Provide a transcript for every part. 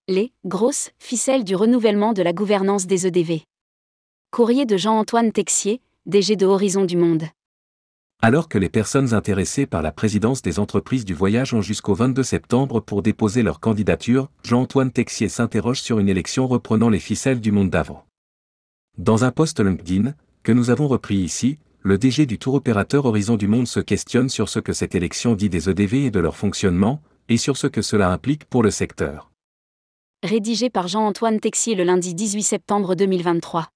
Les grosses ficelles du renouvellement de la gouvernance des EDV. Courrier de Jean-Antoine Texier, DG de Horizon du Monde. Alors que les personnes intéressées par la présidence des entreprises du voyage ont jusqu'au 22 septembre pour déposer leur candidature, Jean-Antoine Texier s'interroge sur une élection reprenant les ficelles du monde d'avant. Dans un post LinkedIn, que nous avons repris ici, le DG du tour opérateur Horizon du Monde se questionne sur ce que cette élection dit des EDV et de leur fonctionnement, et sur ce que cela implique pour le secteur. Rédigé par Jean-Antoine Texier le lundi 18 septembre 2023.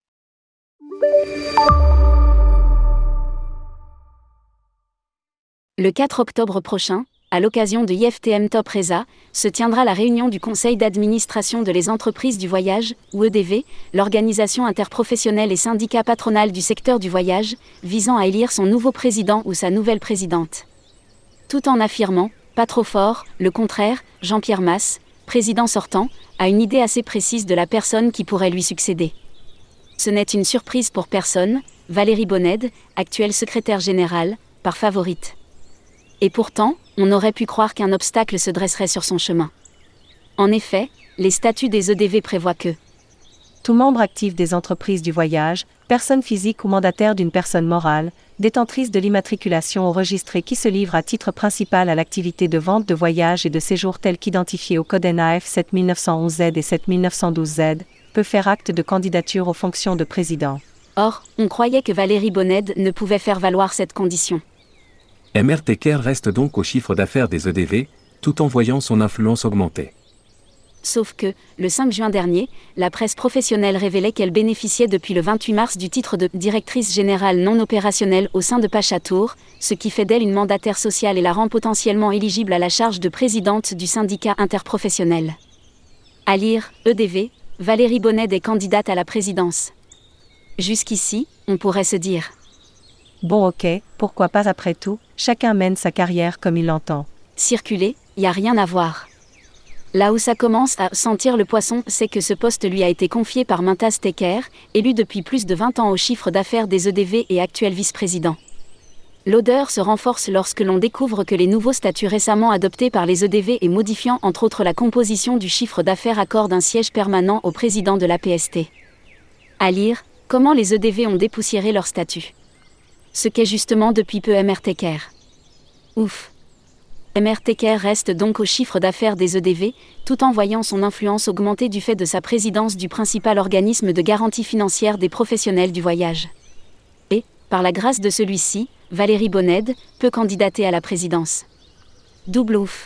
Le 4 octobre prochain, à l'occasion de IFTM Top Resa, se tiendra la réunion du Conseil d'administration de les entreprises du voyage, ou EDV, l'organisation interprofessionnelle et syndicat patronal du secteur du voyage, visant à élire son nouveau président ou sa nouvelle présidente. Tout en affirmant, pas trop fort, le contraire, Jean-Pierre Masse, président sortant, a une idée assez précise de la personne qui pourrait lui succéder. Ce n'est une surprise pour personne, Valérie Bonnède, actuelle secrétaire générale, par favorite. Et pourtant, on aurait pu croire qu'un obstacle se dresserait sur son chemin. En effet, les statuts des EDV prévoient que tout membre actif des entreprises du voyage, personne physique ou mandataire d'une personne morale, détentrice de l'immatriculation au registré qui se livre à titre principal à l'activité de vente de voyage et de séjour telle qu'identifiée au code NAF 7911Z et 7912Z, peut faire acte de candidature aux fonctions de président. Or, on croyait que Valérie Bonnède ne pouvait faire valoir cette condition. MRTK reste donc au chiffre d'affaires des EDV, tout en voyant son influence augmenter. Sauf que, le 5 juin dernier, la presse professionnelle révélait qu'elle bénéficiait depuis le 28 mars du titre de « directrice générale non opérationnelle » au sein de Pachatour, ce qui fait d'elle une mandataire sociale et la rend potentiellement éligible à la charge de présidente du syndicat interprofessionnel. À lire, EDV, Valérie Bonnède est candidate à la présidence. Jusqu'ici, on pourrait se dire bon ok, pourquoi pas après tout, chacun mène sa carrière comme il l'entend. Circuler, y a rien à voir. Là où ça commence à sentir le poisson, c'est que ce poste lui a été confié par Mintaz Teker, élu depuis plus de 20 ans au chiffre d'affaires des EDV et actuel vice-président. L'odeur se renforce lorsque l'on découvre que les nouveaux statuts récemment adoptés par les EDV et modifiant entre autres la composition du chiffre d'affaires accordent un siège permanent au président de l'APST. À lire, comment les EDV ont dépoussiéré leur statut. Ce qu'est justement depuis peu MRTK. Ouf. MRTK reste donc au chiffre d'affaires des EDV, tout en voyant son influence augmenter du fait de sa présidence du principal organisme de garantie financière des professionnels du voyage. Et, par la grâce de celui-ci, Valérie Bonnède peut candidater à la présidence. Double ouf.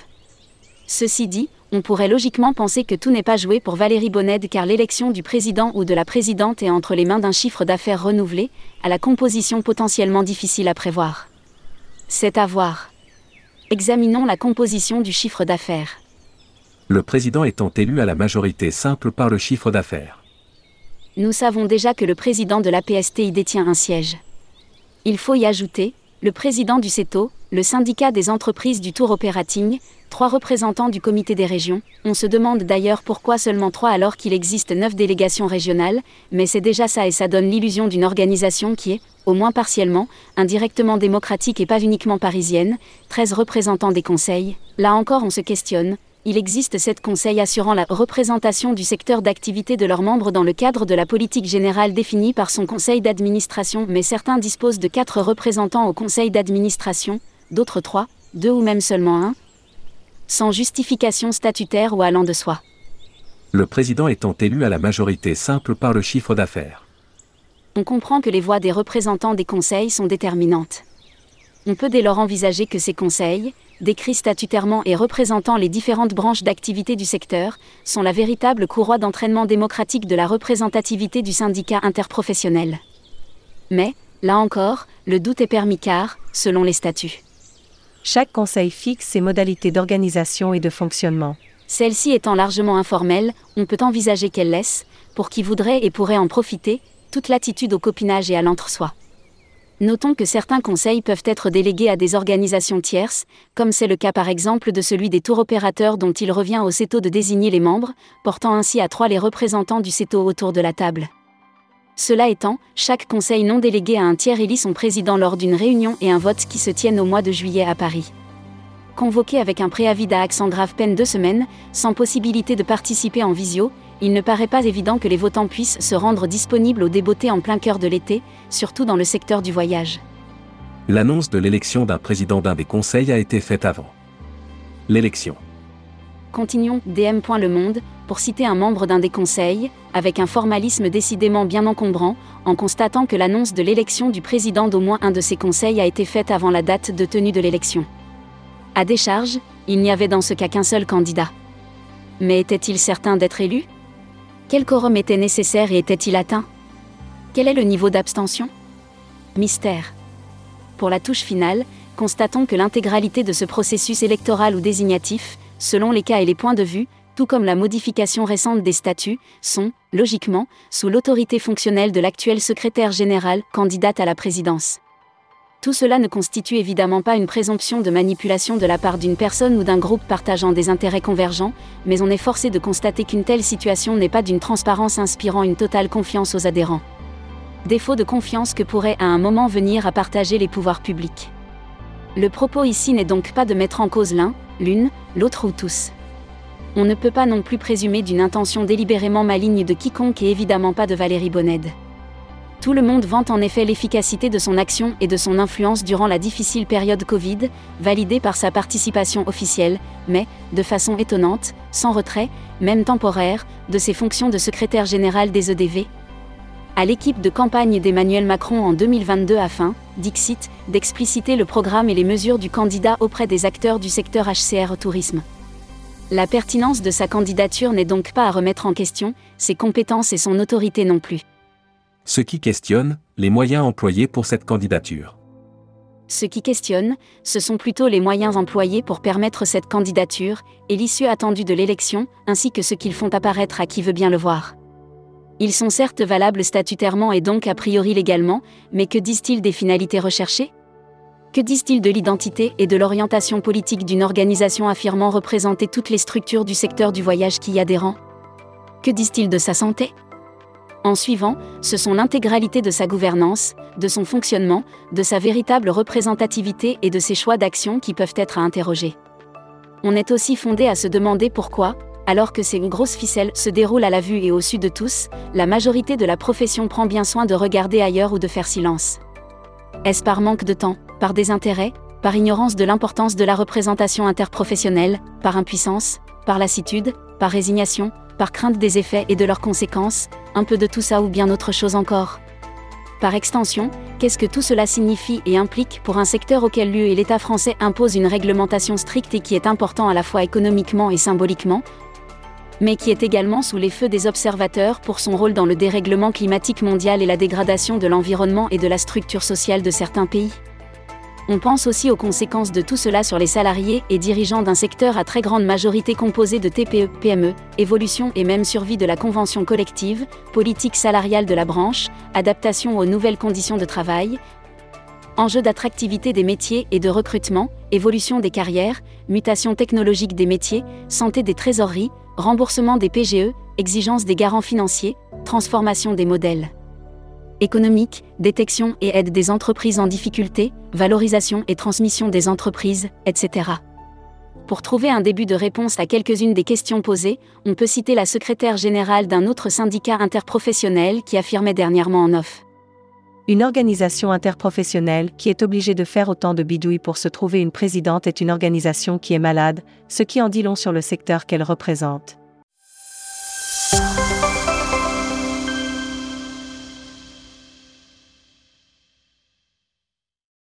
Ceci dit, on pourrait logiquement penser que tout n'est pas joué pour Valérie Bonnède car l'élection du président ou de la présidente est entre les mains d'un chiffre d'affaires renouvelé, à la composition potentiellement difficile à prévoir. C'est à voir. Examinons la composition du chiffre d'affaires. Le président étant élu à la majorité simple par le chiffre d'affaires. Nous savons déjà que le président de l'APST y détient un siège. Il faut y ajouter, le président du CETO, le syndicat des entreprises du tour operating, 3 représentants du comité des régions. On se demande d'ailleurs pourquoi seulement 3 alors qu'il existe 9 délégations régionales, mais c'est déjà ça et ça donne l'illusion d'une organisation qui est, au moins partiellement, indirectement démocratique et pas uniquement parisienne, 13 représentants des conseils. Là encore on se questionne, il existe 7 conseils assurant la représentation du secteur d'activité de leurs membres dans le cadre de la politique générale définie par son conseil d'administration, mais certains disposent de 4 représentants au conseil d'administration, d'autres 3, 2 ou même seulement 1, sans justification statutaire ou allant de soi. Le président étant élu à la majorité simple par le chiffre d'affaires. On comprend que les voix des représentants des conseils sont déterminantes. On peut dès lors envisager que ces conseils, décrits statutairement et représentant les différentes branches d'activité du secteur, sont la véritable courroie d'entraînement démocratique de la représentativité du syndicat interprofessionnel. Mais, là encore, le doute est permis car, selon les statuts, chaque conseil fixe ses modalités d'organisation et de fonctionnement. Celle-ci étant largement informelle, on peut envisager qu'elle laisse, pour qui voudrait et pourrait en profiter, toute latitude au copinage et à l'entre-soi. Notons que certains conseils peuvent être délégués à des organisations tierces, comme c'est le cas par exemple de celui des tours opérateurs dont il revient au CETO de désigner les membres, portant ainsi à 3 les représentants du CETO autour de la table. Cela étant, chaque conseil non délégué à un tiers élit son président lors d'une réunion et un vote qui se tiennent au mois de juillet à Paris. Convoqué avec un préavis d'AAC sans grave peine 2 semaines, sans possibilité de participer en visio, il ne paraît pas évident que les votants puissent se rendre disponibles aux débottés en plein cœur de l'été, surtout dans le secteur du voyage. L'annonce de l'élection d'un président d'un des conseils a été faite avant l'élection. Continuons, DM.Le Monde, pour citer un membre d'un des conseils, avec un formalisme décidément bien encombrant, en constatant que l'annonce de l'élection du président d'au moins un de ces conseils a été faite avant la date de tenue de l'élection. À décharge, il n'y avait dans ce cas qu'un seul candidat. Mais était-il certain d'être élu ? Quel quorum était nécessaire et était-il atteint ? Quel est le niveau d'abstention ? Mystère. Pour la touche finale, constatons que l'intégralité de ce processus électoral ou désignatif, selon les cas et les points de vue, tout comme la modification récente des statuts, sont, logiquement, sous l'autorité fonctionnelle de l'actuel secrétaire général, candidate à la présidence. Tout cela ne constitue évidemment pas une présomption de manipulation de la part d'une personne ou d'un groupe partageant des intérêts convergents, mais on est forcé de constater qu'une telle situation n'est pas d'une transparence inspirant une totale confiance aux adhérents. Défaut de confiance que pourraient à un moment venir à partager les pouvoirs publics. Le propos ici n'est donc pas de mettre en cause l'un, l'une, l'autre ou tous. On ne peut pas non plus présumer d'une intention délibérément maligne de quiconque et évidemment pas de Valérie Bonnède. Tout le monde vante en effet l'efficacité de son action et de son influence durant la difficile période Covid, validée par sa participation officielle, mais, de façon étonnante, sans retrait, même temporaire, de ses fonctions de secrétaire général des EDV. À l'équipe de campagne d'Emmanuel Macron en 2022 afin, dixit, d'expliciter le programme et les mesures du candidat auprès des acteurs du secteur HCR Tourisme. La pertinence de sa candidature n'est donc pas à remettre en question, ses compétences et son autorité non plus. Ce qui questionne, les moyens employés pour cette candidature. Ce qui questionne, ce sont plutôt les moyens employés pour permettre cette candidature, et l'issue attendue de l'élection, ainsi que ce qu'ils font apparaître à qui veut bien le voir. Ils sont certes valables statutairement et donc a priori légalement, mais que disent-ils des finalités recherchées ? Que disent-ils de l'identité et de l'orientation politique d'une organisation affirmant représenter toutes les structures du secteur du voyage qui y adhèrent ? Que disent-ils de sa santé ? En suivant, ce sont l'intégralité de sa gouvernance, de son fonctionnement, de sa véritable représentativité et de ses choix d'action qui peuvent être à interroger. On est aussi fondé à se demander pourquoi, alors que ces grosses ficelles se déroulent à la vue et au su de tous, la majorité de la profession prend bien soin de regarder ailleurs ou de faire silence. Est-ce par manque de temps, par désintérêt, par ignorance de l'importance de la représentation interprofessionnelle, par impuissance, par lassitude, par résignation, par crainte des effets et de leurs conséquences, un peu de tout ça ou bien autre chose encore ? Par extension, qu'est-ce que tout cela signifie et implique pour un secteur auquel l'UE et l'État français imposent une réglementation stricte et qui est important à la fois économiquement et symboliquement, mais qui est également sous les feux des observateurs pour son rôle dans le dérèglement climatique mondial et la dégradation de l'environnement et de la structure sociale de certains pays ? On pense aussi aux conséquences de tout cela sur les salariés et dirigeants d'un secteur à très grande majorité composé de TPE, PME, évolution et même survie de la convention collective, politique salariale de la branche, adaptation aux nouvelles conditions de travail, enjeux d'attractivité des métiers et de recrutement, évolution des carrières, mutation technologique des métiers, santé des trésoreries, remboursement des PGE, exigence des garants financiers, transformation des modèles économique, détection et aide des entreprises en difficulté, valorisation et transmission des entreprises, etc. Pour trouver un début de réponse à quelques-unes des questions posées, on peut citer la secrétaire générale d'un autre syndicat interprofessionnel qui affirmait dernièrement en off. Une organisation interprofessionnelle qui est obligée de faire autant de bidouilles pour se trouver une présidente est une organisation qui est malade, ce qui en dit long sur le secteur qu'elle représente.